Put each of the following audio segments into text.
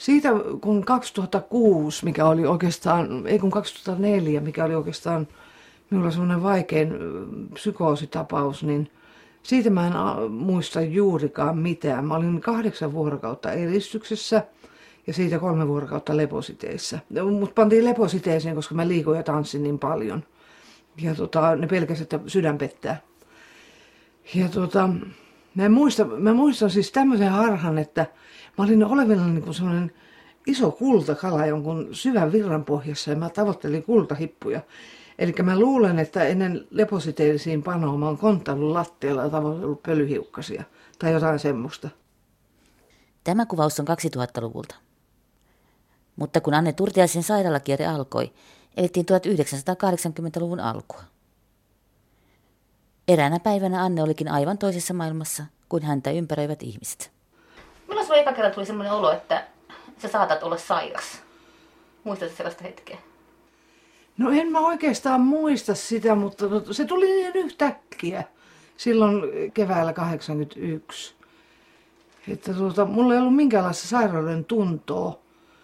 Siitä kun 2006, mikä oli oikeastaan, ei kun 2004, mikä oli oikeastaan minulla semmoinen vaikein psykoositapaus, niin siitä mä en muista juurikaan mitään. Mä olin 8 vuorokautta eristyksessä ja siitä 3 vuorokautta lepositeissä. Mut pantiin lepositeeseen, koska mä liikuin ja tanssin niin paljon. Ja ne pelkäsivät, että sydän pettää. Ja mä muistan siis tämmöisen harhan, että mä olin olevilla niin kuin semmoinen iso kultakala jonkun syvän virran pohjassa ja mä tavoittelin kultahippuja. Eli mä luulen, että ennen lepositeellisiin panoa mä oon konttaillut lattialla ja tavoitellut pölyhiukkasia tai jotain semmoista. Tämä kuvaus on 2000-luvulta. Mutta kun Anne Turtiaisen sairaalakierre alkoi, elettiin 1980-luvun alkua. Eräänä päivänä Anne olikin aivan toisessa maailmassa kuin häntä ympäröivät ihmiset. Milloin sinulla eka kerran tuli sellainen olo, että sä saatat olla sairas? Muistatko sellaista hetkeä? No en mä oikeastaan muista sitä, mutta se tuli niin yhtäkkiä silloin keväällä 1981. Että mulla ei ollut minkäänlaista sairauden tuntoa.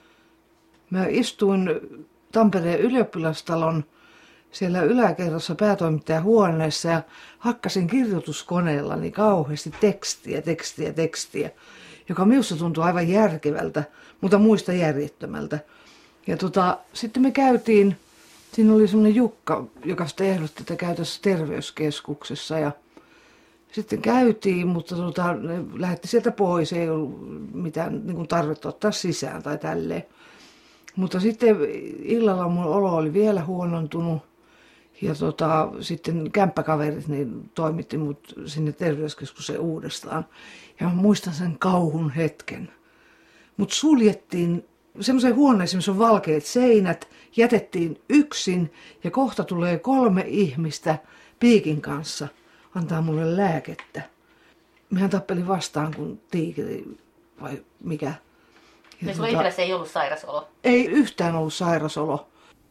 Mä istuin Tampereen ylioppilastalon siellä yläkerrassa päätoimittajan huoneessa ja hakkasin kirjoituskoneellani kauheasti tekstiä, joka minusta tuntui aivan järkevältä, mutta muista järjettömältä. Ja sitten me käytiin, siinä oli semmoinen Jukka, joka sitten ehdotti, että käytäisiin terveyskeskuksessa ja sitten käytiin, mutta ne lähetti sieltä pois, ei ollut mitään niin kuin tarvetta ottaa sisään tai tälleen. Mutta sitten illalla mun olo oli vielä huonontunut ja sitten kämppäkaverit niin toimitti mut sinne terveyskeskukseen uudestaan. Ja mä muistan sen kauhun hetken. Mut suljettiin semmoiseen huoneeseen, missä on valkeat seinät, jätettiin yksin ja kohta tulee 3 ihmistä piikin kanssa antaa mulle lääkettä. Mehän tappelin vastaan kuin tiikeri vai mikä. Ja sulla itselläsi ei ollut sairasolo? Ei yhtään ollut sairasolo.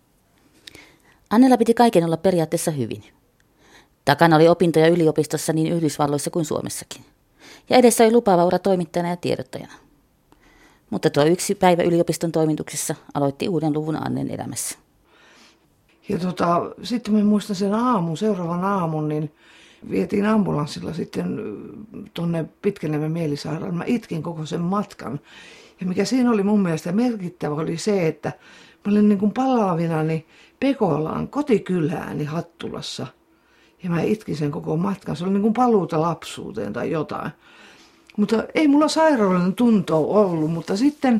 Annella piti kaiken olla periaatteessa hyvin. Takana oli opintoja yliopistossa niin Yhdysvalloissa kuin Suomessakin. Ja edessä oli lupaava ura toimittajana ja tiedottajana. Mutta tuo yksi päivä yliopiston toimituksessa aloitti uuden luvun Annen elämässä. Ja sitten mä muistan sen seuraavan aamun, niin vietiin ambulanssilla sitten tuonne Pitkäniemen mielisairaalaan. Mä itkin koko sen matkan. Ja mikä siinä oli mun mielestä merkittävä oli se, että mä olin niin kuin palaavinani Pekolaan kotikylääni Hattulassa. Ja mä itkin sen koko matkan. Se oli niin kuin paluuta lapsuuteen tai jotain. Mutta ei mulla sairauden tuntoa ollut, mutta sitten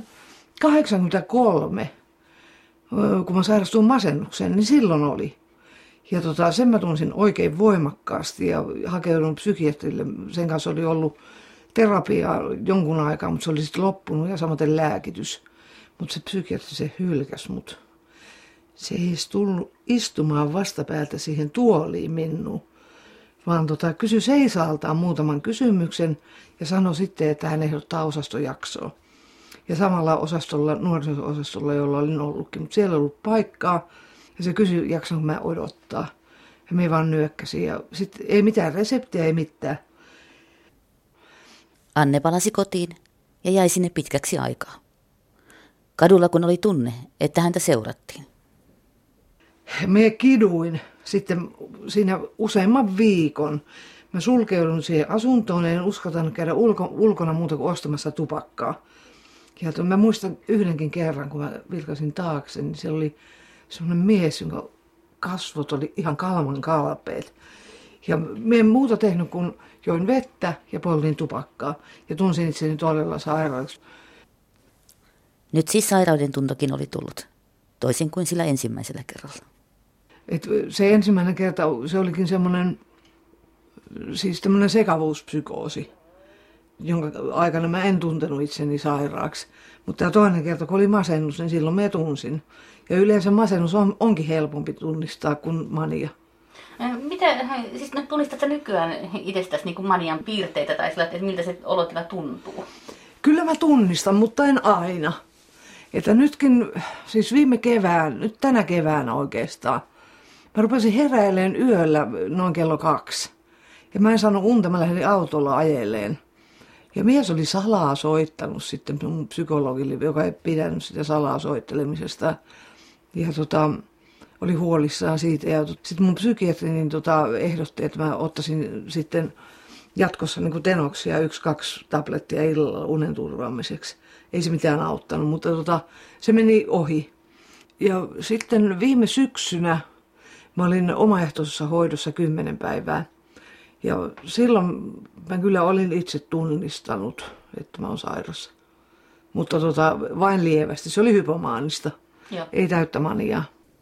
83, kun mä sairastuin masennukseen, niin silloin oli. Ja sen mä tunsin oikein voimakkaasti ja hakeudun psykiatrille. Sen kanssa oli ollut terapiaa jonkun aikaa, mutta se oli sitten loppunut ja samaten lääkitys. Mutta se psykiatri se hylkäsi mut. Se ei edes tullut istumaan vastapäätä siihen tuoliin minuun, vaan kysyi seisaaltaan muutaman kysymyksen ja sanoi sitten, että hän ehdottaa osastojaksoa. Ja samalla osastolla, nuoriso-osastolla, jolla olin ollutkin, mutta siellä ei ollut paikkaa. Ja se kysyi, jaksanko mä odottaa. Ja me vaan nyökkäsin ja sitten ei mitään reseptiä, ei mitään. Anne palasi kotiin ja jäi sinne pitkäksi aikaa. Kadulla kun oli tunne, että häntä seurattiin. Me kiduin sitten siinä useamman viikon. Mä sulkeudun siihen asuntoon, en uskaltanut käydä ulkona muuta kuin ostamassa tupakkaa. Ja mä muistan yhdenkin kerran, kun mä vilkasin taakse, niin siellä oli semmoinen mies, jonka kasvot oli ihan kalman kalpeet. Ja mä en muuta tehnyt kuin join vettä ja poltin tupakkaa. Ja tunsin itseni todella sairaaksi. Nyt siis sairauden tuntokin oli tullut, toisin kuin sillä ensimmäisellä kerralla. Se ensimmäinen kerta, se olikin semmoinen, siis tämmöinen sekavuuspsykoosi, jonka aikana mä en tuntenut itseni sairaaksi. Mutta tämä toinen kerta, kun oli masennus, niin silloin mä tunsin. Ja yleensä masennus onkin helpompi tunnistaa kuin mania. Siis tunnistatko nykyään itsestäsi niin kuin manian piirteitä tai sillä, että miltä se olotila tuntuu? Kyllä mä tunnistan, mutta en aina. Että nytkin, siis nyt tänä keväänä oikeastaan, mä rupesin heräilemään yöllä noin kello 2. Ja mä en saanut unta, mä lähdin autolla ajelleen. Ja mies oli salaa soittanut sitten mun psykologille, joka ei pidänyt sitä salaa soittelemisesta. Ja oli huolissaan siitä. Ja sitten mun psykiatri ehdotti, että mä ottaisin sitten jatkossa niin kuin tenoksia 1-2 tablettia illalla unen turvaamiseksi. Ei se mitään auttanut, mutta se meni ohi. Ja sitten viime syksynä mä olin omaehtoisessa hoidossa 10 päivää. Ja silloin mä kyllä olin itse tunnistanut, että mä oon sairas. Mutta vain lievästi. Se oli hypomaanista. Joo. Ei täyttä maniaa.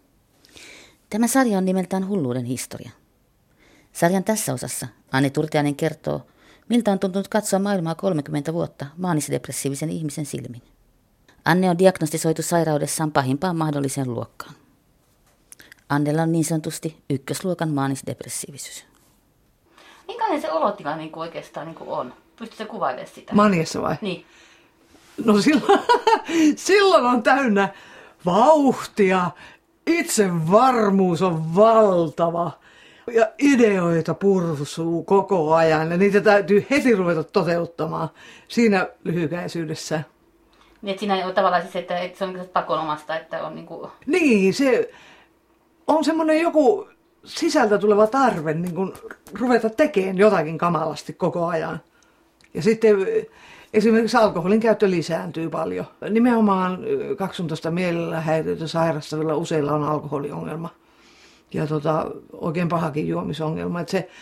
Tämä sarja on nimeltään Hulluuden historia. Sarjan tässä osassa Anni Turtiainen kertoo, miltä on tuntunut katsoa maailmaa 30 vuotta maanisdepressiivisen ihmisen silmin. Anne on diagnostisoitu sairaudessaan pahimpaan mahdolliseen luokkaan. Annella on niin sanotusti ykkösluokan maanisdepressiivisyys. Minkälainen se olotila niin kuin oikeastaan niin kuin on? Pystytkö kuvailemaan sitä? Maniassa vai? Niin. No silloin on täynnä vauhtia, itsevarmuus on valtava ja ideoita pursuu koko ajan ja niitä täytyy heti ruveta toteuttamaan siinä lyhykäisyydessä. Niin, että siinä on tavallaan siis, että se on pakonomasta, että on niin kuin... Niin, se on semmoinen joku sisältä tuleva tarve niin kuin ruveta tekemään jotakin kamalasti koko ajan. Ja sitten esimerkiksi alkoholin käyttö lisääntyy paljon. Nimenomaan kaksisuuntaista mielellä häiriöitä sairastavilla useilla on alkoholiongelma. Ja oikein pahakin juomisongelma.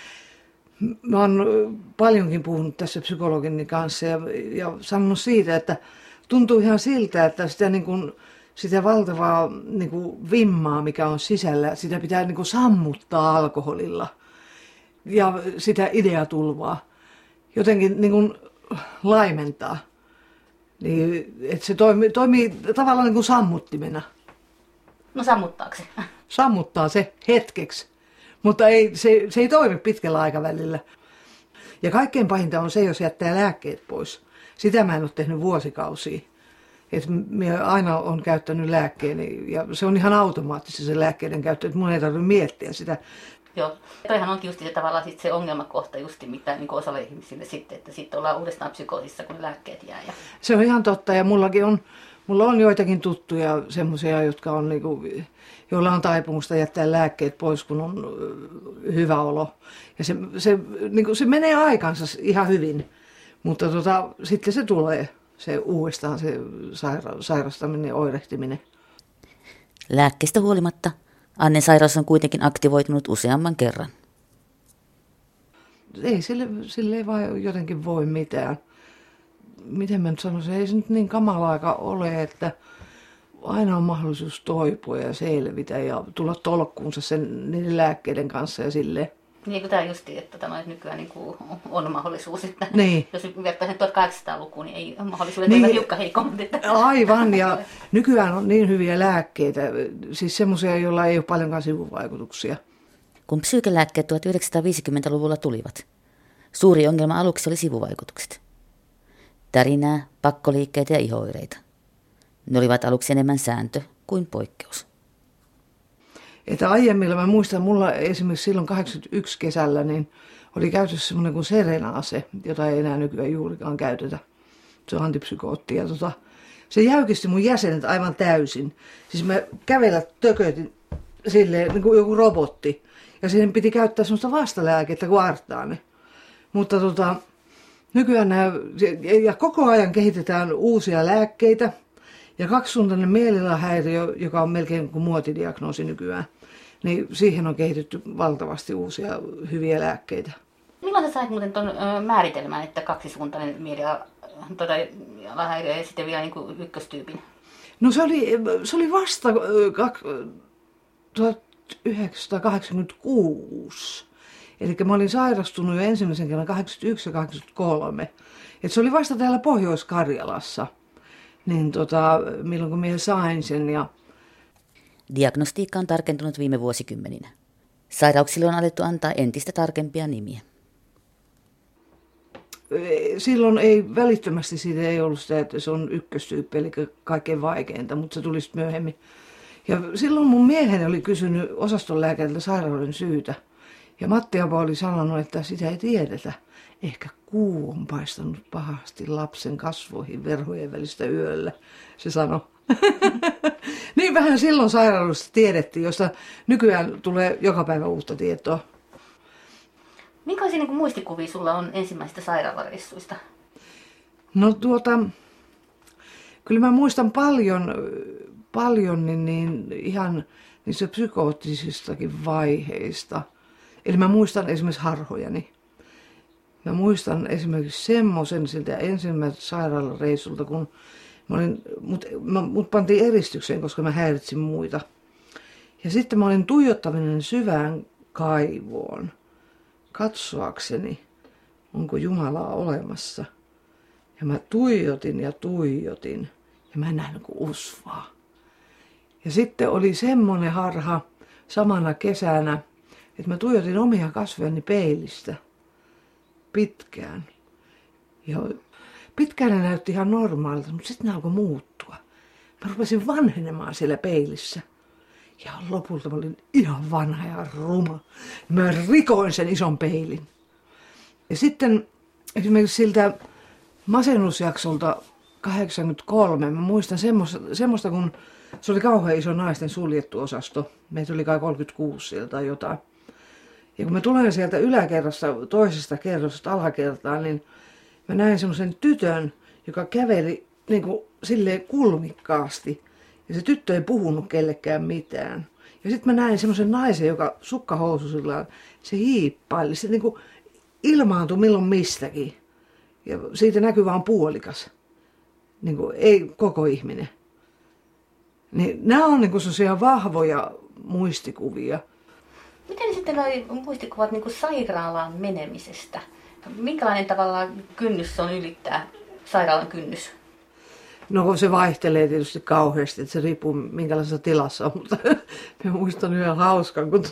Mä oon paljonkin puhunut tässä psykologini kanssa ja sanonut siitä, että tuntuu ihan siltä, että sitä valtavaa vimmaa, mikä on sisällä, sitä pitää sammuttaa alkoholilla. Ja sitä ideatulvaa jotenkin laimentaa. Niin, että se toimii tavallaan sammuttimena. No sammuttaako se? Sammuttaa se hetkeksi, mutta se ei toimi pitkällä aikavälillä. Ja kaikkein pahinta on se, jos jättää lääkkeet pois. Sitä mä en ole tehnyt vuosikausia. Että minä aina olen käyttänyt lääkkeeni ja se on ihan automaattisesti se lääkkeiden käyttö, että mun ei tarvitse miettiä sitä. Joo, toihan on just se tavallaan sit se ongelmakohta justi, mitä niin osalle ihmisille sitten, että sitten ollaan uudestaan psykoosissa, kun lääkkeet jää. Ja... Se on ihan totta ja mulla on joitakin tuttuja semmoisia, jotka on joilla on taipumusta jättää lääkkeet pois, kun on hyvä olo. Ja se menee aikansa ihan hyvin, mutta sitten se tulee se uudestaan se sairastaminen ja oirehtiminen. Lääkkeestä huolimatta Annen sairaus on kuitenkin aktivoitunut useamman kerran. Ei sille ei vaan jotenkin voi mitään. Miten mä nyt sanoisin, ei se nyt niin kamala aika ole, että aina on mahdollisuus toipua ja selvitä ja tulla tolkkuunsa niiden lääkkeiden kanssa ja silleen. Niin kuin tämä justiin, että nykyään niin kuin on mahdollisuus, että niin. Jos vertaisen 1800-lukuun, niin ei mahdollisuudet niin. Ole hiukka heikommat. Aivan, ja nykyään on niin hyviä lääkkeitä, siis semmoisia, joilla ei ole paljonkaan sivuvaikutuksia. Kun psyykelääkkeet 1950-luvulla tulivat, suuri ongelma aluksi oli sivuvaikutukset. Tärinää, pakkoliikkeitä ja ihoireita. Ne olivat aluksi enemmän sääntö kuin poikkeus. Että aiemmilla, mä muistan, mulla esimerkiksi silloin 81 kesällä, niin oli käytössä semmoinen kuin Serena-ase, jota ei enää nykyään juurikaan käytetä. Se on antipsykootti. Ja se jäykisti mun jäsenet aivan täysin. Siis mä kävellä tökötin silleen niin kuin joku robotti. Ja siihen piti käyttää semmoista vastalääkettä kuin Artaane. Mutta nykyään ja koko ajan kehitetään uusia lääkkeitä. Ja kaksisuuntainen mielilahäiriö, joka on melkein kuin muotidiagnoosi nykyään, niin siihen on kehitetty valtavasti uusia hyviä lääkkeitä. Milloin sä sait muuten tuon määritelmän, että kaksisuuntainen mielilahäiriö ja sitten vielä niin kuin ykköstyypin? No se oli vasta 1986. Eli mä olin sairastunut jo ensimmäisen kerran 81 ja 83. Et se oli vasta täällä Pohjois-Karjalassa. Niin milloin kun minä sain sen. Ja... Diagnostiikka on tarkentunut viime vuosikymmeninä. Sairauksille on alettu antaa entistä tarkempia nimiä. Silloin ei välittömästi siitä ei ollut sitä, että se on ykköstyyppi, eli kaikkein vaikeinta, mutta se tuli sitten myöhemmin. Ja silloin mun mieheni oli kysynyt osastonlääkäriltä sairauden syytä. Ja Matti-Abo oli sanonut, että sitä ei tiedetä. Ehkä kuu on paistanut pahasti lapsen kasvoihin verhojen välistä yöllä, se sanoi. Niin vähän silloin sairaalassa tiedettiin, josta nykyään tulee joka päivä uutta tietoa. Minkälaisia niin muistikuvia sulla on ensimmäisistä sairaalareissuista? No kyllä mä muistan paljon niin ihan niistä psykoottisistakin vaiheista. Eli mä muistan esimerkiksi harhojani. Mä muistan esimerkiksi semmoisen siltä ensimmäiseltä sairaalareissulta, kun mut pantiin eristykseen, koska mä häiritsin muita. Ja sitten mä olin tuijottaminen syvään kaivoon, katsoakseni, onko Jumalaa olemassa. Ja mä tuijotin ja mä en nähnyt kuin usvaa. Ja sitten oli semmoinen harha samana kesänä, että mä tuijotin omia kasvojani peilistä pitkään. Ja pitkään ne näytti ihan normaalilta, mutta sitten ne alkoi muuttua. Mä rupesin vanhenemaan siellä peilissä. Ja lopulta mä olin ihan vanha ja ruma. Mä rikoin sen ison peilin. Ja sitten esimerkiksi siltä masennusjaksolta 83, mä muistan semmoista, kun se oli kauhean iso naisten suljettu osasto. Meitä oli kai 36 sieltä tai jotain. Ja kun mä tulen sieltä yläkerrasta, toisesta kerrosta alakertaan, niin mä näin semmoisen tytön, joka käveli niin kuin silleen kulmikkaasti. Ja se tyttö ei puhunut kellekään mitään. Ja sitten mä näin semmoisen naisen, joka sukkahoususillaan, se hiippaili. Se niin kuin ilmaantui milloin mistäkin. Ja siitä näkyy vaan puolikas. Niin kuin, ei koko ihminen. Niin nämä on niin kuin sellaisia vahvoja muistikuvia. Miten sitten nuo muistikuvat niin kuin sairaalaan menemisestä? Minkälainen tavallaan kynnys se on ylittää sairaalan kynnys? No se vaihtelee tietysti kauheasti, että se riippuu minkälaisessa tilassa on, mutta mä muistan yhden hauskan, kun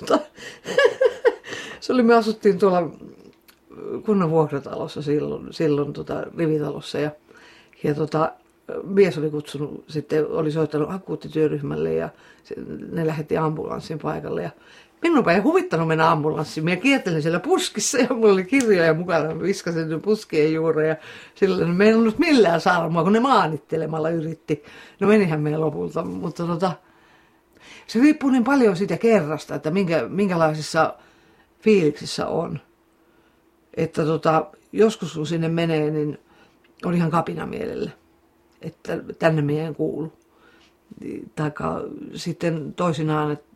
me asuttiin tuolla kunnan vuokratalossa silloin rivitalossa ja mies oli kutsunut, sitten oli soittanut akuuttityöryhmälle ja ne lähetti ambulanssin paikalle ja minunpa ei huvittanut mennä ambulanssiin. Minä kiertelin siellä puskissa ja mulla oli kirjoja mukana. Mä viskasin puskien juureen ja silloin me ei ollut millään sarmoa, kun ne maanittelemalla yritti. No menihän meidän lopulta, mutta se riippuu niin paljon siitä kerrasta, että minkälaisissa fiiliksissä on. Että joskus kun sinne menee, niin on ihan kapina mielellä, että tänne meidän kuulu. Taikka sitten toisinaan, että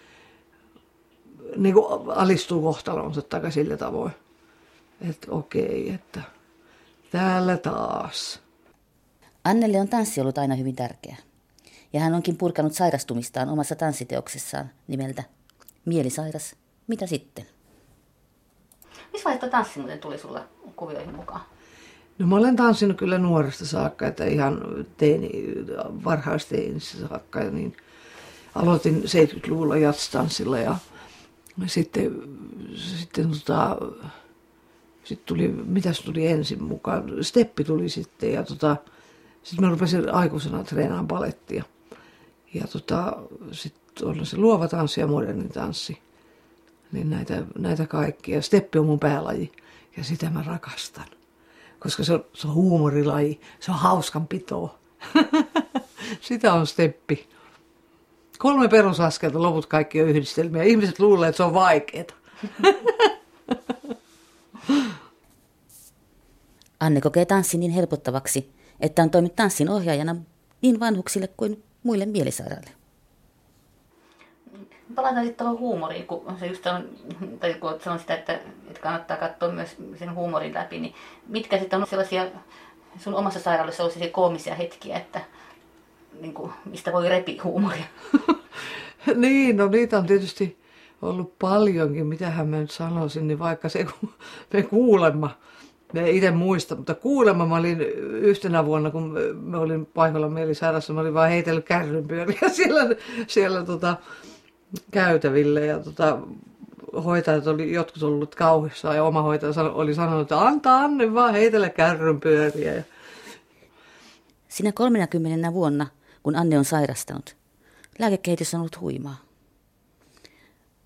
niin kuin alistuu kohtalonsa taika sillä tavoin. Että okei, että täällä taas. Annelle on tanssi ollut aina hyvin tärkeä. Ja hän onkin purkanut sairastumistaan omassa tanssiteoksessaan nimeltä Mielisairas, mitä sitten? Missä vaiheessa tanssi muuten tuli sulla kuvioihin mukaan? No mä olen tanssinut kyllä nuoresta saakka, että ihan varhaisteinissä saakka. Ja niin aloitin 70-luvulla jatstanssilla ja sitten tuli, mitäs tuli ensin mukaan? Steppi tuli sitten ja sitten mä rupesin aikuisena treenaamaan balettia. Ja sitten on se luova tanssi ja moderni tanssi. Niin näitä kaikkia. Steppi on mun päälaji ja sitä mä rakastan. Koska se on huumorilaji, se on hauskanpitoa. Sitä on steppi. 3 perusaskelta, loput kaikki on yhdistelmiä. Ihmiset luulee, että se on vaikeaa. Anne kokee tanssin niin helpottavaksi, että on toiminut tanssin ohjaajana niin vanhuksille kuin muille mielisairaille. Palataan sitten tuohon huumoriin, kun se just on, tai kun sanon sitä, että kannattaa katsoa myös sen huumorin läpi, niin mitkä sitten on sellaisia sun omassa sairaalassa on sellaisia koomisia hetkiä, että niin kuin, mistä voi repi huumoria? Niin, no niitä on tietysti ollut paljonkin, mitähän mä nyt sanoisin, niin vaikka se me kuulemma, me itse muista, mutta kuulemma mä olin yhtenä vuonna, kun mä olin paikalla mielisairassa, mä olin vaan heitellyt kärrynpyöriä siellä käytäville ja hoitajat oli jotkut ollut kauhissaan ja oma hoitaja oli sanonut, että antaa Anne vaan heitellä kärrynpyöriä. Ja Sinä 30 vuonna, kun Anne on sairastanut, lääkekehitys on ollut huimaa.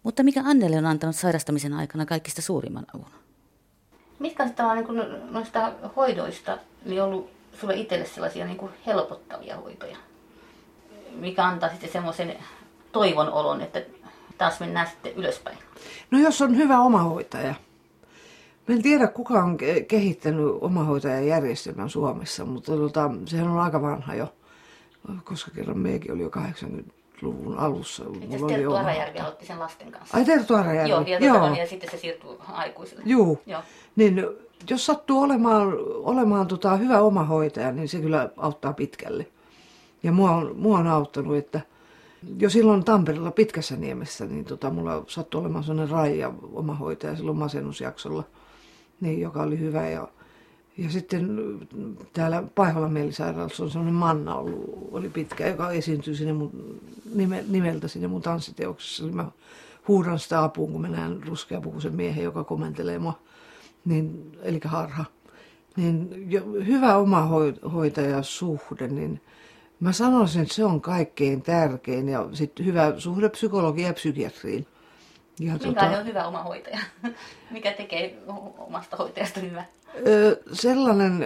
Mutta mikä Annelle on antanut sairastamisen aikana kaikista suurimman avun? Mitkä on tavallaan niin noista hoidoista niin ollut sulle itselle sellaisia niin kuin helpottavia hoitoja? Mikä antaa sitten semmoisen toivon olon, että taas mennään sitten ylöspäin? No jos on hyvä omahoitaja. Mä en tiedä, kuka on kehittänyt omahoitajajärjestelmän Suomessa, mutta sehän on aika vanha jo, koska kerran meikin oli jo 80-luvun alussa. Itse asiassa Terttu Arajärvi aloitti sen lasten kanssa. Ai Terttu Arajärvi? Joo, ja sitten se siirtyi aikuisille. Joo. Niin jos sattuu olemaan hyvä omahoitaja, niin se kyllä auttaa pitkälle. Ja mua on auttanut, että jo silloin Tampereella Pitkässäniemessä, niin mulla sattui olemaan sellainen Raija omahoitaja silloin masennusjaksolla, niin, joka oli hyvä. Ja sitten täällä Paiholan mielisairaalassa on sellainen Manna oli pitkä, joka esiintyi sinne nimeltä sinne mun tanssiteoksessa. Mä huudan sitä apuun, kun mä näen ruskeapukuisen miehen, joka komentelee mua, niin, eli harha. Niin hyvä omahoitajasuhde, niin mä sanoisin, että se on kaikkein tärkein ja sitten hyvä suhde psykologiaan ja psykiatriin. Minkälainen on hyvä omahoitaja? Mikä tekee omasta hoitajasta hyvä? Sellainen,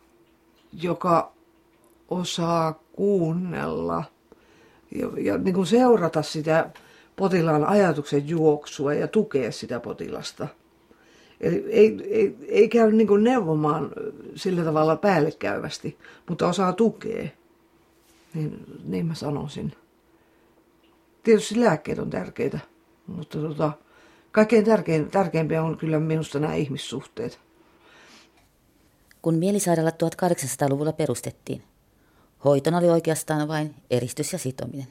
joka osaa kuunnella ja niin kuin seurata sitä potilaan ajatuksen juoksua ja tukea sitä potilasta. Eli ei käy niin kuin neuvomaan sillä tavalla päällekäyvästi, mutta osaa tukea. Niin mä sanoisin. Tietysti lääkkeet on tärkeitä, mutta kaikkein tärkeimpiä on kyllä minusta nämä ihmissuhteet. Kun mielisairaalat 1800-luvulla perustettiin, hoitona oli oikeastaan vain eristys ja sitominen.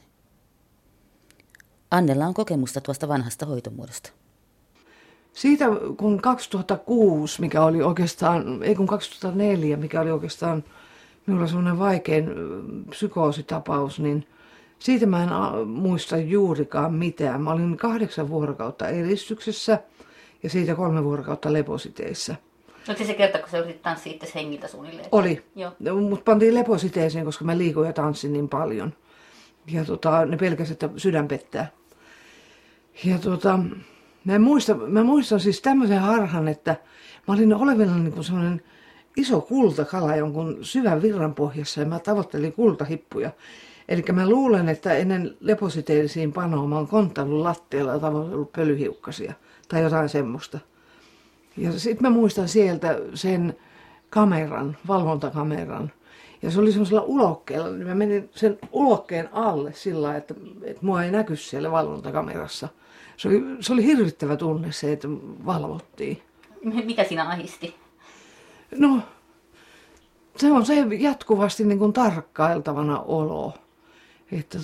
Annella on kokemusta tuosta vanhasta hoitomuodosta. Siitä kun 2006, mikä oli oikeastaan, ei kun 2004, mikä oli oikeastaan minulla semmoinen vaikein psykoositapaus, niin siitä mä en muista juurikaan mitään. Mä olin 8 vuorokautta eristyksessä ja siitä 3 vuorokautta lepositeissa. Oliko se kerta, kun sä yritit tanssia itse hengiltä suunnilleen? Oli. Mut pantiin lepositeeseen, koska mä liikuin ja tanssin niin paljon. Ja ne pelkäsivät, että sydän pettää. Ja mä muistan siis tämmöisen harhan, että mä olin olevilla niin kuin semmoinen iso kultakala jonkun syvän virran pohjassa ja mä tavoittelin kultahippuja. Eli mä luulen, että ennen lepositeellisiin panoa mä oon konttaillut lattialla ja tavoitellut pölyhiukkasia tai jotain semmoista. Ja sitten mä muistan sieltä sen valvontakameran. Ja se oli semmoisella ulokkeella, niin mä menin sen ulokkeen alle sillä lailla, että mua ei näky siellä valvontakamerassa. Se oli hirvittävä tunne se, että valvottiin. Mikä siinä ahisti? No, se on se jatkuvasti niin kuin tarkkailtavana olo. Että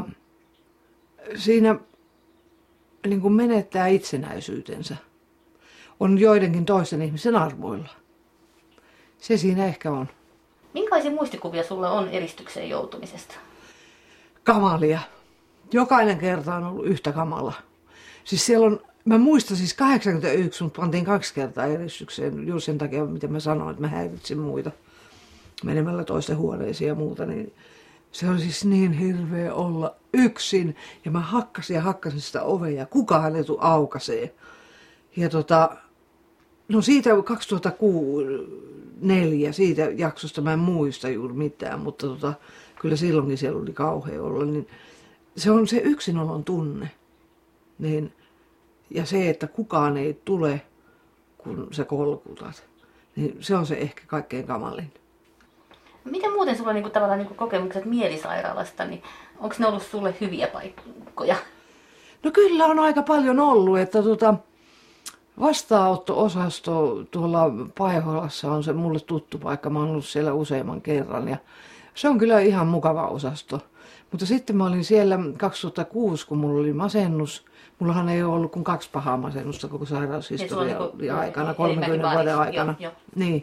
siinä niin kuin menettää itsenäisyytensä. On joidenkin toisten ihmisen arvoilla. Se siinä ehkä on. Minkälaisia muistikuvia sulla on eristykseen joutumisesta? Kamalia. Jokainen kerta on ollut yhtä kamala. Siis siellä on, mä muistan siis 81, mutta pantiin 2 kertaa eristykseen. Juuri sen takia, mitä mä sanoin, että mä häiritsin muita menemällä toisten huoneisiin ja muuta. Niin se on siis niin hirveä olla yksin. Ja mä hakkasin sitä ovea ja kukaan ei tule aukaisee. Ja no siitä 2004, siitä jaksosta mä en muista juuri mitään, mutta kyllä silloinkin siellä oli kauhea olla. Niin se on se yksinolon tunne. Niin, ja se, että kukaan ei tule, kun sä kolkutat. Niin se on se ehkä kaikkein kamalin. Miten muuten sulla on tavallaan kokemukset mielisairaalasta, niin onko ne ollut sulle hyviä paikkoja? No kyllä on aika paljon ollut, että vastaanotto-osasto tuolla Paiholassa on se mulle tuttu paikka. Mä oon ollut siellä useamman kerran ja se on kyllä ihan mukava osasto. Mutta sitten mä olin siellä 2006, kun mulla oli masennus. Mullahan ei ole ollut kuin 2 pahaa masennusta koko sairaushistoria aikana, 30 vuoden aikana. Jo. Niin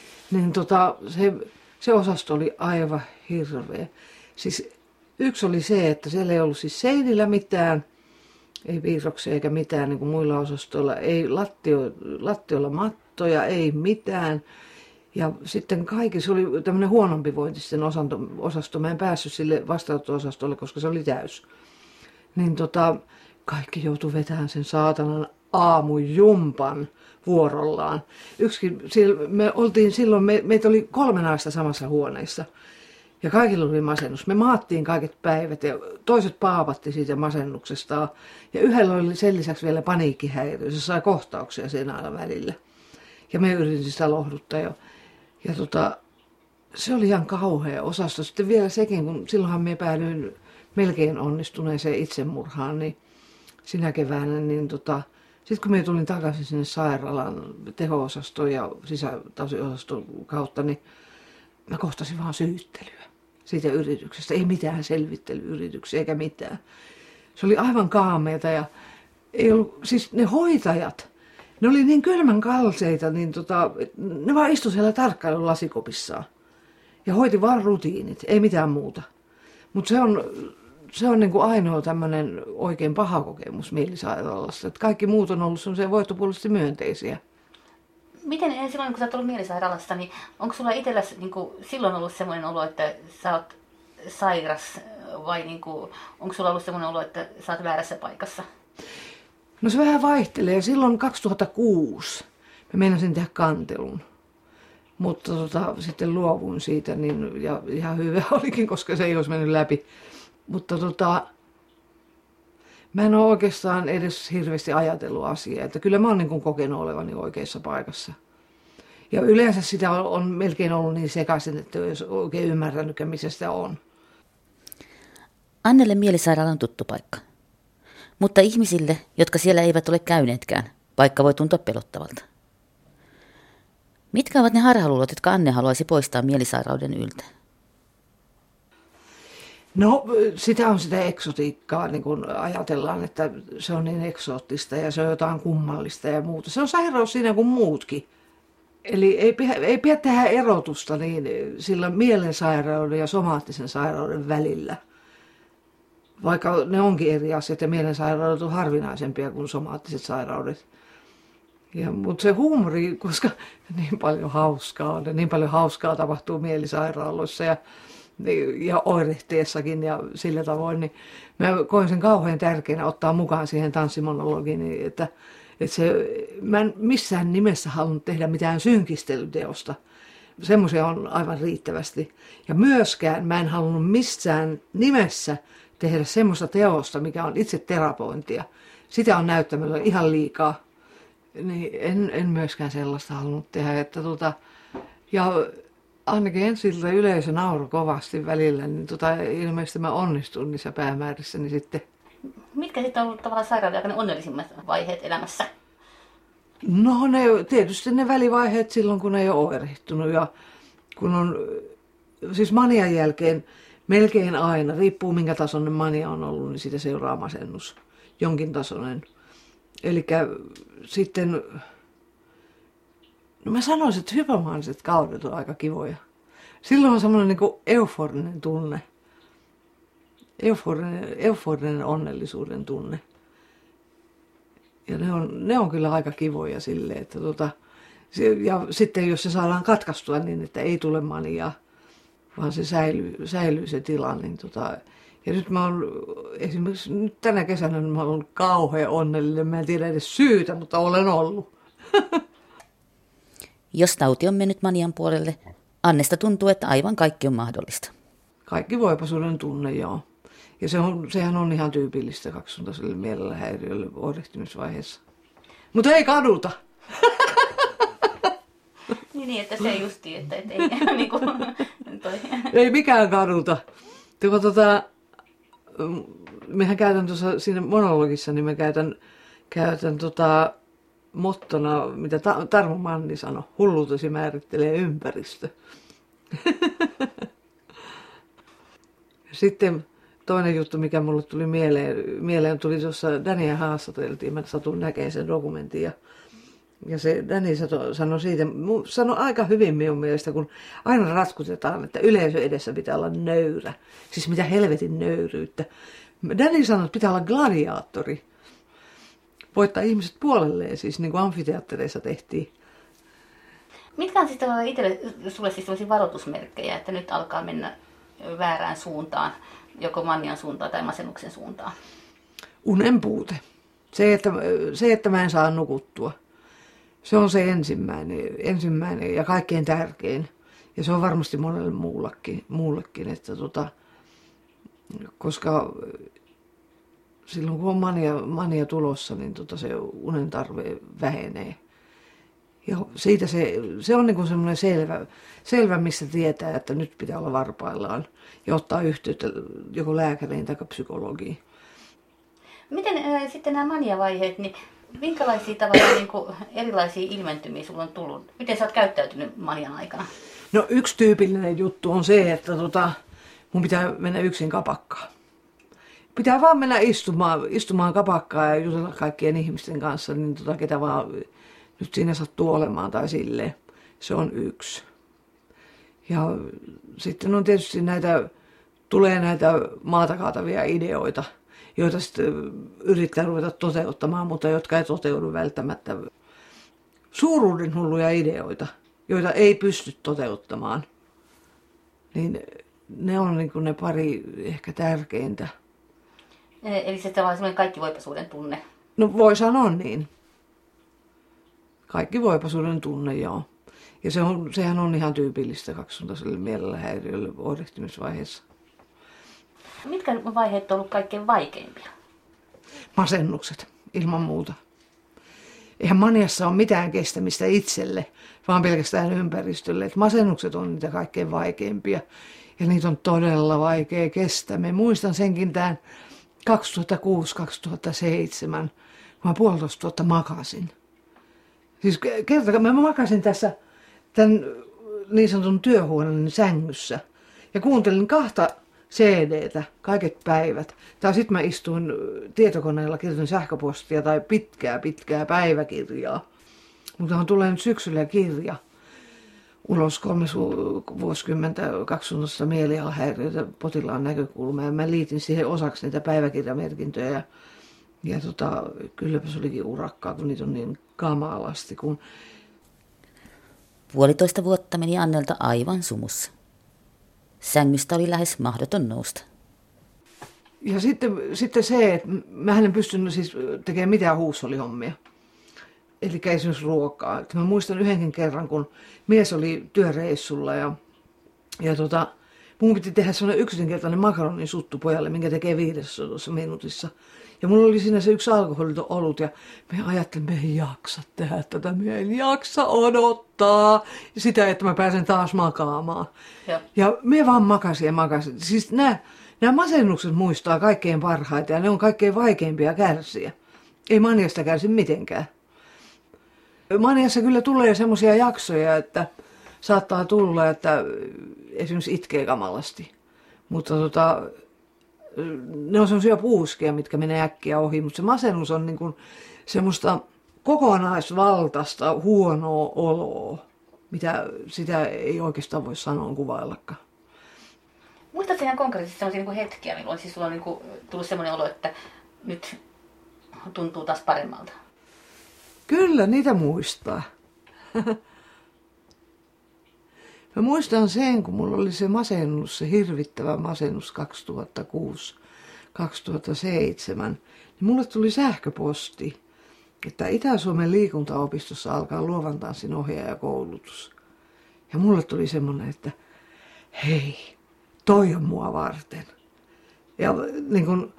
se osasto oli aivan hirveä. Siis yksi oli se, että siellä ei ollut siis seinillä mitään, ei piirroksia eikä mitään niin kuin muilla osastoilla, ei lattioilla mattoja, ei mitään. Ja sitten se oli tämmöinen huonompivointisten osasto. Mä en päässyt sille vastaanotto-osastolle, koska se oli täys. Niin kaikki joutui vetämään sen saatanan aamujumpan vuorollaan. Me oltiin silloin, meitä oli 3 naista samassa huoneessa. Ja kaikilla oli masennus. Me maattiin kaiket päivät ja toiset paapatti siitä masennuksestaan. Ja yhdellä oli sen lisäksi vielä paniikkihäiriö. Se sai kohtauksia sen aina välillä. Ja me yritin sitä lohduttaa. Se oli ihan kauhea osasto. Sitten vielä sekin, kun silloinhan me päädyin melkein onnistuneeseen itsemurhaan, niin sinä keväänä, sitten kun me tulin takaisin sinne sairaalan teho-osastoon ja sisätausiosaston kautta, niin mä kohtasin vaan syyttelyä siitä yrityksestä. Ei mitään selvittelyyrityksiä eikä mitään. Se oli aivan kaameeta ja ei ollut, siis ne hoitajat, ne oli niin kylmän kalseita, niin ne vaan istui siellä tarkkailun lasikopissaan. Ja hoiti vaan rutiinit, ei mitään muuta. Mutta se on niin kuin ainoa tämmöinen oikein paha kokemus mielisairaalassa. Että kaikki muut on ollut semmoisia voittopuolisesti myönteisiä. Miten silloin, kun sä oot ollut mielisairaalassa, niin onko sulla itselläsi niin silloin ollut semmoinen olo, että sä oot sairas vai niin kuin, onko sulla ollut semmoinen olo, että sä oot väärässä paikassa? No se vähän vaihtelee. Silloin 2006 mä meinasin tehdä kantelun. Mutta sitten luovuin siitä ja ihan hyvä olikin, koska se ei olisi mennyt läpi. Mutta mä en ole oikeastaan edes hirveästi ajatellut asiaa. Että kyllä mä oon niin kuin kokenut olevani oikeassa paikassa. Ja yleensä sitä on melkein ollut niin sekaisin, että ei olisi oikein ymmärtänytkään, missä sitä on. Annelle mielisairaala on tuttu paikka. Mutta ihmisille, jotka siellä eivät ole käyneetkään, paikka voi tuntua pelottavalta. Mitkä ovat ne harhaluulot, jotka Anne haluaisi poistaa mielisairauden yltä? No, sitä on sitä eksotiikkaa, niin kun ajatellaan, että se on niin eksoottista ja se on jotain kummallista ja muuta. Se on sairaus siinä kuin muutkin. Eli ei pidä tehdä erotusta niin sillä mielensairauden ja somaattisen sairauden välillä. Vaikka ne onkin eri asiat ja mielensairaudet on harvinaisempia kuin somaattiset sairaudet. Mutta se huumori, koska niin paljon hauskaa tapahtuu mielisairaaloissa ja oirehteessakin ja sillä tavoin, niin mä koin sen kauhean tärkeänä ottaa mukaan siihen tanssimonologiin, että mä en missään nimessä halunnut tehdä mitään synkistelyteosta. Semmoisia on aivan riittävästi. Ja myöskään mä en halunnut missään nimessä tehdä semmoista teosta, mikä on itse terapointia. Sitä on näyttämällä ihan liikaa. Niin en myöskään sellaista halunnut tehdä. Ja ainakin ensin yleisö nauroi kovasti välillä, niin ilmeisesti mä onnistun niissä päämäärissäni sitten. Mitkä sitten on ollut tavallaan sairauden aikana onnellisimmat vaiheet elämässä? No tietysti ne välivaiheet silloin, kun ei ole oirehtunut ja kun on, siis manian jälkeen melkein aina, riippuu minkä tasoinen mania on ollut, niin siitä seuraa masennus, jonkin tasoinen. Elikkä sitten, no mä sanoisin, että hypomaaniset kaudet on aika kivoja. Silloin on semmoinen niin kuin euforinen tunne. Euforinen onnellisuuden tunne. Ja ne on kyllä aika kivoja silleen, että ja sitten jos se saadaan katkaistua niin, että ei tule maniaa, vaan se säilyy se tila, niin ja nyt mä oon esimerkiksi nyt tänä kesänä mä oon kauhean onnellinen. Mä en tiedä edes syytä, mutta olen ollut. Jos tauti on mennyt manian puolelle, Annesta tuntuu, että aivan kaikki on mahdollista. Kaikki voipaisuuden tunne, joo. Ja sehän on ihan tyypillistä kaksisuuntaiselle mielellä häiriölle oirehtimisvaiheessa. Mutta ei kaduta. Niin, että se justiin, että ei niin kuin, toi. Ei mikään kaduta. Mehän käytän tuossa siinä monologissa, niin mä käytän mottona, mitä Tarmo Manni sanoi, hulluutesi määrittelee ympäristö. Sitten toinen juttu, mikä mulle tuli mieleen tuli tuossa Dania haastateltiin, mä satun näkemään sen dokumentin ja se Dani sanoi aika hyvin minun mielestä, kun aina ratkutetaan, että yleisö edessä pitää olla nöyrä. Siis mitä helvetin nöyryyttä. Dani sanoi, että pitää olla gladiaattori. Voittaa ihmiset puolelleen, siis niin kuin amfiteattereissa tehtiin. Mitkä on sitten itselle sulle siis sellaisia varoitusmerkkejä, että nyt alkaa mennä väärään suuntaan, joko manian suuntaan tai masennuksen suuntaan? Unen puute. Se, että mä en saa nukuttua. Se on se ensimmäinen ja kaikkein tärkein. Ja se on varmasti monelle muullekin että koska silloin kun on mania tulossa, niin se unen tarve vähenee. Ja siitä se on niin kuin semmoinen selvä, missä tietää, että nyt pitää olla varpaillaan ja ottaa yhteyttä joko lääkäriin tai psykologiin. Miten sitten nämä maniavaiheet, niin minkälaisia tavalla niin kuin erilaisia ilmentymiä sulla on tullut? Miten sä oot käyttäytynyt manian aikana? No yksi tyypillinen juttu on se, että mun pitää mennä yksin kapakkaan. Pitää vaan mennä istumaan kapakkaan ja jutella kaikkien ihmisten kanssa, niin ketä vaan nyt siinä sattuu olemaan tai silleen. Se on yksi. Ja sitten on tietysti tulee näitä maata kaatavia ideoita, joita sitten yrittää ruveta toteuttamaan, mutta jotka ei toteudu välttämättä. Suuruuden hulluja ideoita, joita ei pysty toteuttamaan, niin ne on niin kuin ne pari ehkä tärkeintä. Eli se on semmoinen kaikkivoipaisuuden tunne. No voi sanoa niin. Kaikkivoipaisuuden tunne, joo. Ja sehän on ihan tyypillistä kaksisuuntaiselle mielenhäiriölle oirehtimisvaiheessa. Mitkä vaiheet on ollut kaikkein vaikeimpia? Masennukset, ilman muuta. Eihän maniassa ole mitään kestämistä itselle, vaan pelkästään ympäristölle. Et masennukset on niitä kaikkein vaikeimpia ja niitä on todella vaikea kestää. Mä muistan senkin tämän 2006-2007, mä 1,5 vuotta makasin. Siis kertakaan mä makasin tässä tämän niin sanotun työhuoneen sängyssä ja kuuntelin 2 CD:tä kaiket päivät. Tai sitten mä istuin tietokoneella, kirjoitin sähköpostia tai pitkää päiväkirjaa. Mutta tulee nyt syksyllä kirja ulos 3 vuosikymmentä kaksisuuntaista mielialahäiriötä potilaan näkökulmaa. Ja mä liitin siihen osaksi niitä päiväkirjamerkintöjä. Ja kylläpä se olikin urakkaa, kun niitä on niin kamalasti. 1,5 vuotta meni Annelta aivan sumussa. Sängystä oli lähes mahdoton nousta. Ja sitten se, että mä en pystynyt siis tekemään mitään huushollihommia. Eli esimerkiksi ruokaa. Että mä muistan yhdenkin kerran, kun mies oli työreissulla ja mun piti tehdä sellainen yksinkertainen makaronin suttu pojalle, minkä tekee 15 minuutissa. Ja mulla oli siinä se yksi alkoholiton olut ja mä ajattelin, että mä en jaksa tehdä tätä, mä en jaksa odottaa sitä, että mä pääsen taas makaamaan. Ja mä vaan makasin. Siis nämä masennukset muistaa kaikkein parhaita ja ne on kaikkein vaikeimpia kärsiä. Ei maniasta kärsi mitenkään. Maniassa kyllä tulee semmoisia jaksoja, että saattaa tulla, että esimerkiksi itkee kamalasti. Mutta ne on semmoisia puuskia, mitkä menee äkkiä ohi, mutta se masennus on niin kuin semmoista kokonaisvaltaista huonoa oloa, mitä sitä ei oikeastaan voi sanoa kuvaillakaan. Muistatko ihan konkreettisesti sellaisia niin hetkiä, milloin siis sulla on niin tullut semmoinen olo, että nyt tuntuu taas paremmalta? Kyllä, niitä muistaa. Mä muistan sen, kun mulla oli se masennus, se hirvittävä masennus 2006-2007, niin mulle tuli sähköposti, että Itä-Suomen liikuntaopistossa alkaa luovan tanssin ohjaajakoulutus. Ja mulle tuli semmoinen, että hei, toi on mua varten. Ja niin kun,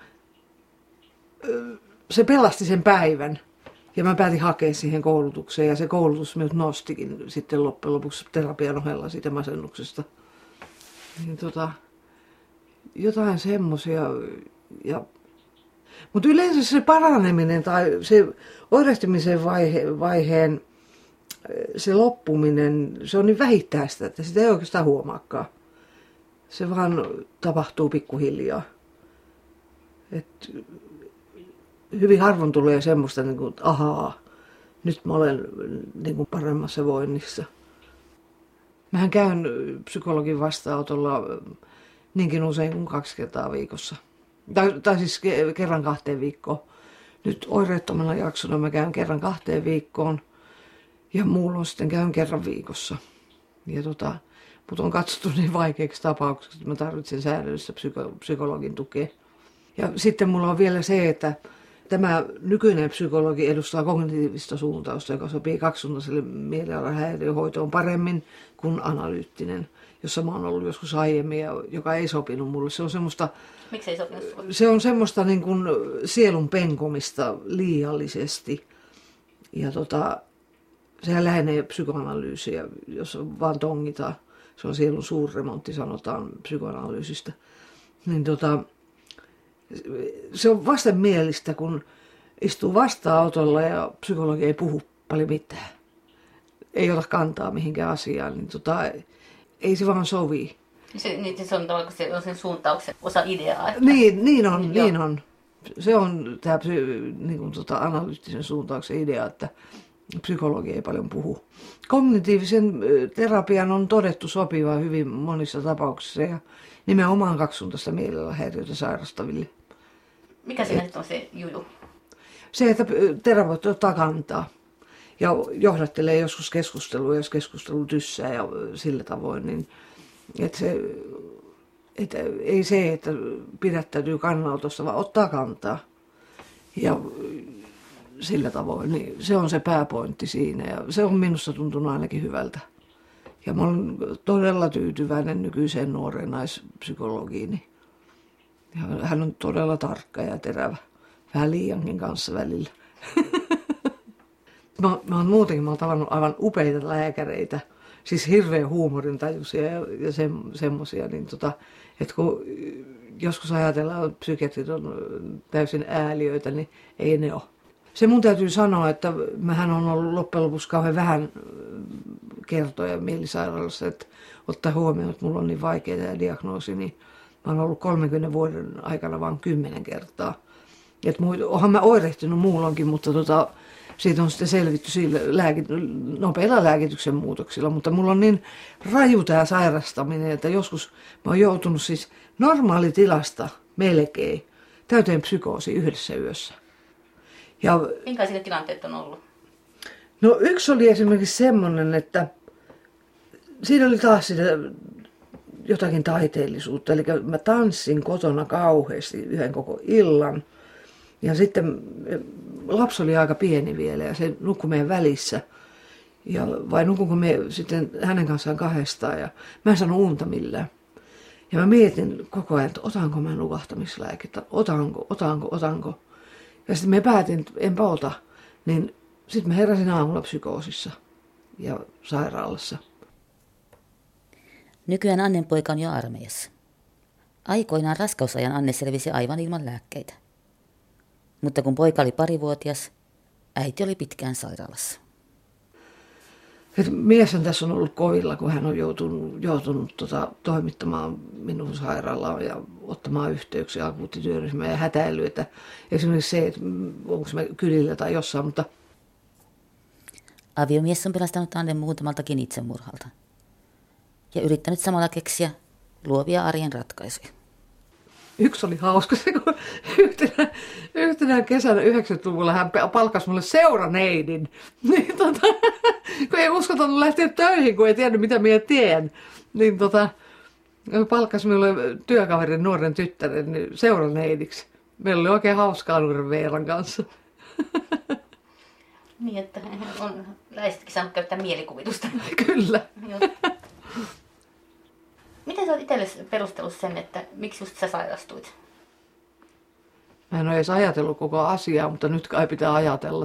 se pelasti sen päivän. Ja mä päätin hakea siihen koulutukseen ja se koulutus minut nostikin sitten loppujen lopuksi terapian ohella siitä masennuksesta. Niin jotain semmoisia. Mutta yleensä se paraneminen tai se oirehtimisen vaiheen se loppuminen, se on niin vähittäistä, että sitä ei oikeastaan huomaakaan. Se vaan tapahtuu pikkuhiljaa. Hyvin harvoin tulee semmoista, niin kuin, että ahaa, nyt mä olen niin kuin paremmassa voinnissa. Mähän käyn psykologin vastaanotolla niinkin usein kuin 2 kertaa viikossa. Tai siis kerran 2 viikkoon. Nyt oireettomana jaksona mä käyn kerran 2 viikkoon ja muulloin sitten käyn kerran viikossa. Ja mutta on katsottu niin vaikeaksi tapaukseksi, että mä tarvitsen säännöllistä psykologin tukea. Ja sitten mulla on vielä se, että tämä nykyinen psykologi edustaa kognitiivista suuntausta, joka sopii kaksisuuntaiselle mielialahäiriöhoitoon paremmin kuin analyyttinen, jossa mä oon ollut joskus aiemmin ja joka ei sopinut mulle. Se on semmoista, Miksi ei sopinut sulle? se on semmoista niin kuin sielun penkomista liiallisesti. Ja sehän lähenee psykoanalyysiä, jos vaan tongitaan. Se on sielun suurremontti, sanotaan psykoanalyysistä. Niin se on vastenmielistä, kun istuu vastaanotolla ja psykologi ei puhu paljon mitään. Ei ota kantaa mihinkään asiaan, niin ei se vaan sovi. Se on tavallaan se on sen suuntauksen osa ideaa. Että... Niin on. Se on tämä niin analyyttisen suuntauksen idea, että psykologi ei paljon puhu. Kognitiivisen terapian on todettu sopiva hyvin monissa tapauksissa ja nimenomaan kaksisuuntaista mielialahäiriötä sairastaville. Mikä siinä on se juju? Se, että terapeutti ottaa kantaa ja johdattelee joskus keskustelua, jos keskustelu tyssää ja sillä tavoin, niin että ei se, että pidättäytyy kannanotosta, vaan ottaa kantaa. Ja sillä tavoin, niin se on se pääpointti siinä ja se on minusta tuntunut ainakin hyvältä. Ja mä olen todella tyytyväinen nykyiseen nuoreen naispsykologiini. Ja hän on todella tarkka ja terävä. Vähän liiankin kanssa välillä. Mä oon muutenkin tavannut aivan upeita lääkäreitä. Siis hirveän huumorintajuisia ja semmosia. Niin että kun joskus ajatellaan, että psykiatrit on täysin ääliöitä, niin ei ne ole. Se mun täytyy sanoa, että mähän on ollut loppujen lopuksi kauhean vähän kertoja mielisairaalassa, että ottaa huomioon, että mulla on niin vaikea tämä diagnoosi, niin mä oon ollut 30 vuoden aikana vain 10 kertaa. Oonhan mä oirehtinut muulloinkin, mutta siitä on sitten selvitty sillä nopeilla lääkityksen muutoksilla, mutta mulla on niin raju tämä sairastaminen, että joskus mä oon joutunut siis normaalitilasta melkein täyteen psykoosi yhdessä yössä. Minkälaisia tilanteet on ollut? No yksi oli esimerkiksi semmoinen, että siinä oli taas sitä jotakin taiteellisuutta. Eli mä tanssin kotona kauheasti yhden koko illan. Ja sitten lapsi oli aika pieni vielä ja se nukkui meidän välissä. Vai nukunko me sitten hänen kanssaan kahdestaan ja mä en saanut unta millään. Ja mä mietin koko ajan, että otanko mä nukahtamislääkettä, otanko. Ja sitten me päätin, että enpä ota. Niin sitten mä heräsin aamulla psykoosissa ja sairaalassa. Nykyään Annen poika on jo armeijassa. Aikoinaan raskausajan Anne selvisi aivan ilman lääkkeitä. Mutta kun poika oli 2-vuotias, äiti oli pitkään sairaalassa. Mieshän tässä on ollut kovilla, kun hän on joutunut toimittamaan minun sairaalaan ja ottamaan yhteyksiä akuuttityöryhmään ja hätäily, että esimerkiksi se, että onko me kylillä tai jossain, mutta... Aviomies on pelastanut Annen muutamaltakin itsemurhalta ja yrittänyt samalla keksiä luovia arjen ratkaisuja. Yksi oli hauska se, kun yhtenä kesänä 90-luvulla hän palkkasi mulle seuraneidin. Niin kun ei uskaltanut lähteä töihin, kun ei tiennyt mitä minä teen. Niin palkkasi minulle työkaverin nuoren tyttären niin seuraneidiksi. Meillä oli oikein hauskaa nuoren Veeran kanssa. Niin, että on läheisetkin saanut käyttää mielikuvitusta. Kyllä. Miten sä oot itsellesi perustellut sen, että miksi just sä sairastuit? Mä en ole edes ajatellut koko asiaa, mutta nyt kai pitää ajatella.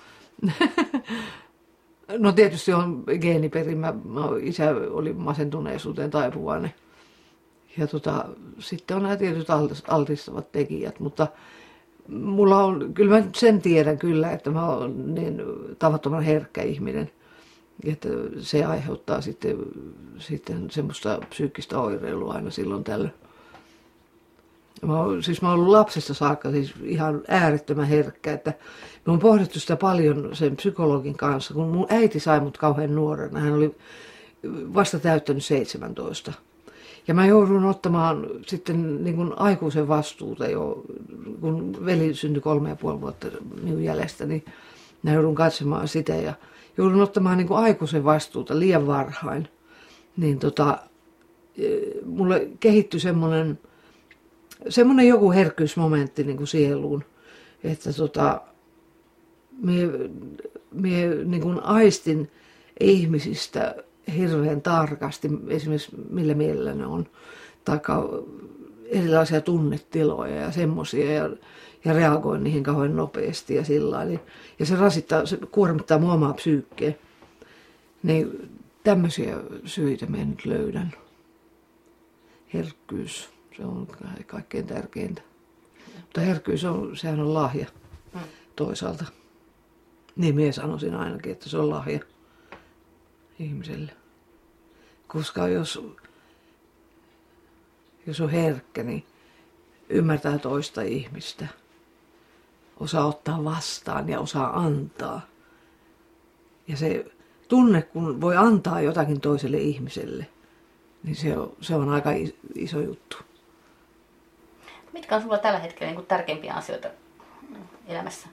No tietysti on geeniperimä. Isä oli masentuneisuuteen taipuvainen. Ja sitten on nämä tietyt altistavat tekijät, mutta mulla on, kyllä mä sen tiedän kyllä, että mä oon niin tavattoman herkkä ihminen. Että se aiheuttaa sitten semmoista psyykkistä oireilua aina silloin tällöin. Mä oon ollut lapsesta saakka siis ihan äärettömän herkkä, että me on pohdittu sitä paljon sen psykologin kanssa, kun mun äiti sai mut kauhean nuorena. Hän oli vasta täyttänyt 17. Ja mä joudun ottamaan sitten niin kuin aikuisen vastuuta jo, kun veli syntyi 3,5 vuotta minun jäljestä, niin mä joudun katsomaan sitä ja joudun ottamaan niin kuin aikuisen vastuuta liian varhain. Niin mulle kehittyi semmoinen semmoinen joku herkkyysmomentti niin kuin sieluun, että mie niin kuin aistin ihmisistä hirveän tarkasti, esimerkiksi millä mielellä ne on, taikka erilaisia tunnetiloja ja semmoisia, ja reagoin niihin kauhean nopeasti ja sillä lailla. Ja se kuormittaa mua omaa psyykkeä. Niin tämmöisiä syitä minä nyt löydän. Herkkyys, se on kaikkein tärkeintä. Mutta herkkyys sehän on lahja toisaalta. Niin minä sanoisin ainakin, että se on lahja ihmiselle. Koska jos on herkkä, niin ymmärtää toista ihmistä. Osaa ottaa vastaan ja osaa antaa. Ja se tunne, kun voi antaa jotakin toiselle ihmiselle, niin se on aika iso juttu. Mitkä on sulla tällä hetkellä niin tärkeimpiä asioita elämässä?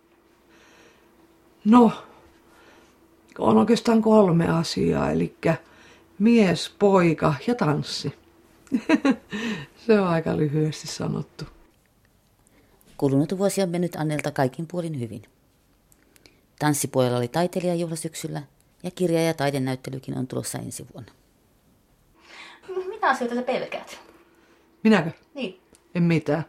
No, on oikeastaan 3 asiaa, eli mies, poika ja tanssi. Se on aika lyhyesti sanottu. Kulunut vuosi on mennyt Annelta kaikin puolin hyvin. Tanssipuolella oli taiteilijajuhla syksyllä ja kirja- ja taidenäyttelykin on tulossa ensi vuonna. Mitä asioita sä pelkäät? Minäkö? Niin. En mitään.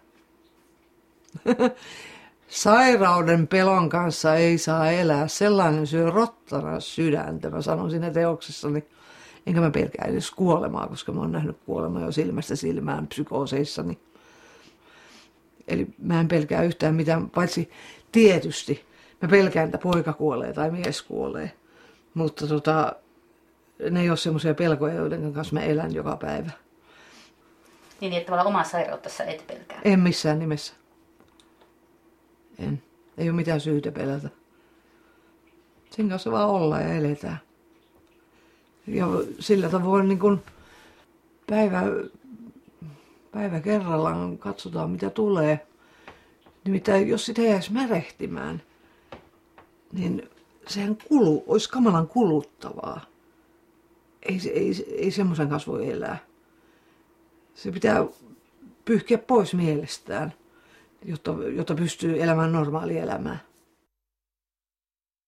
Sairauden pelon kanssa ei saa elää. Sellainen syö rottana sydäntä, mä sanon siinä teoksessani. Enkä mä pelkää edes kuolemaa, koska mä oon nähnyt kuolemaa jo silmästä silmään psykooseissani. Eli mä en pelkää yhtään mitään, paitsi tietysti mä pelkään, että poika kuolee tai mies kuolee. Mutta ne ei ole semmoisia pelkoja, joiden kanssa mä elän joka päivä. Niin, että tavallaan omaa sairautta sä et pelkää. En missään nimessä. En. Ei ole mitään syytä pelätä. Sen kanssa vaan ollaan ja eletään. Ja sillä tavoin niin kuin päivä kerrallaan katsotaan mitä tulee. Nimittäin jos sitä jäisi märehtimään, niin sehän olisi kamalan kuluttavaa. Ei semmoisen kanssa voi elää. Se pitää pyyhkiä pois mielestään, jotta pystyy elämään normaalia elämää.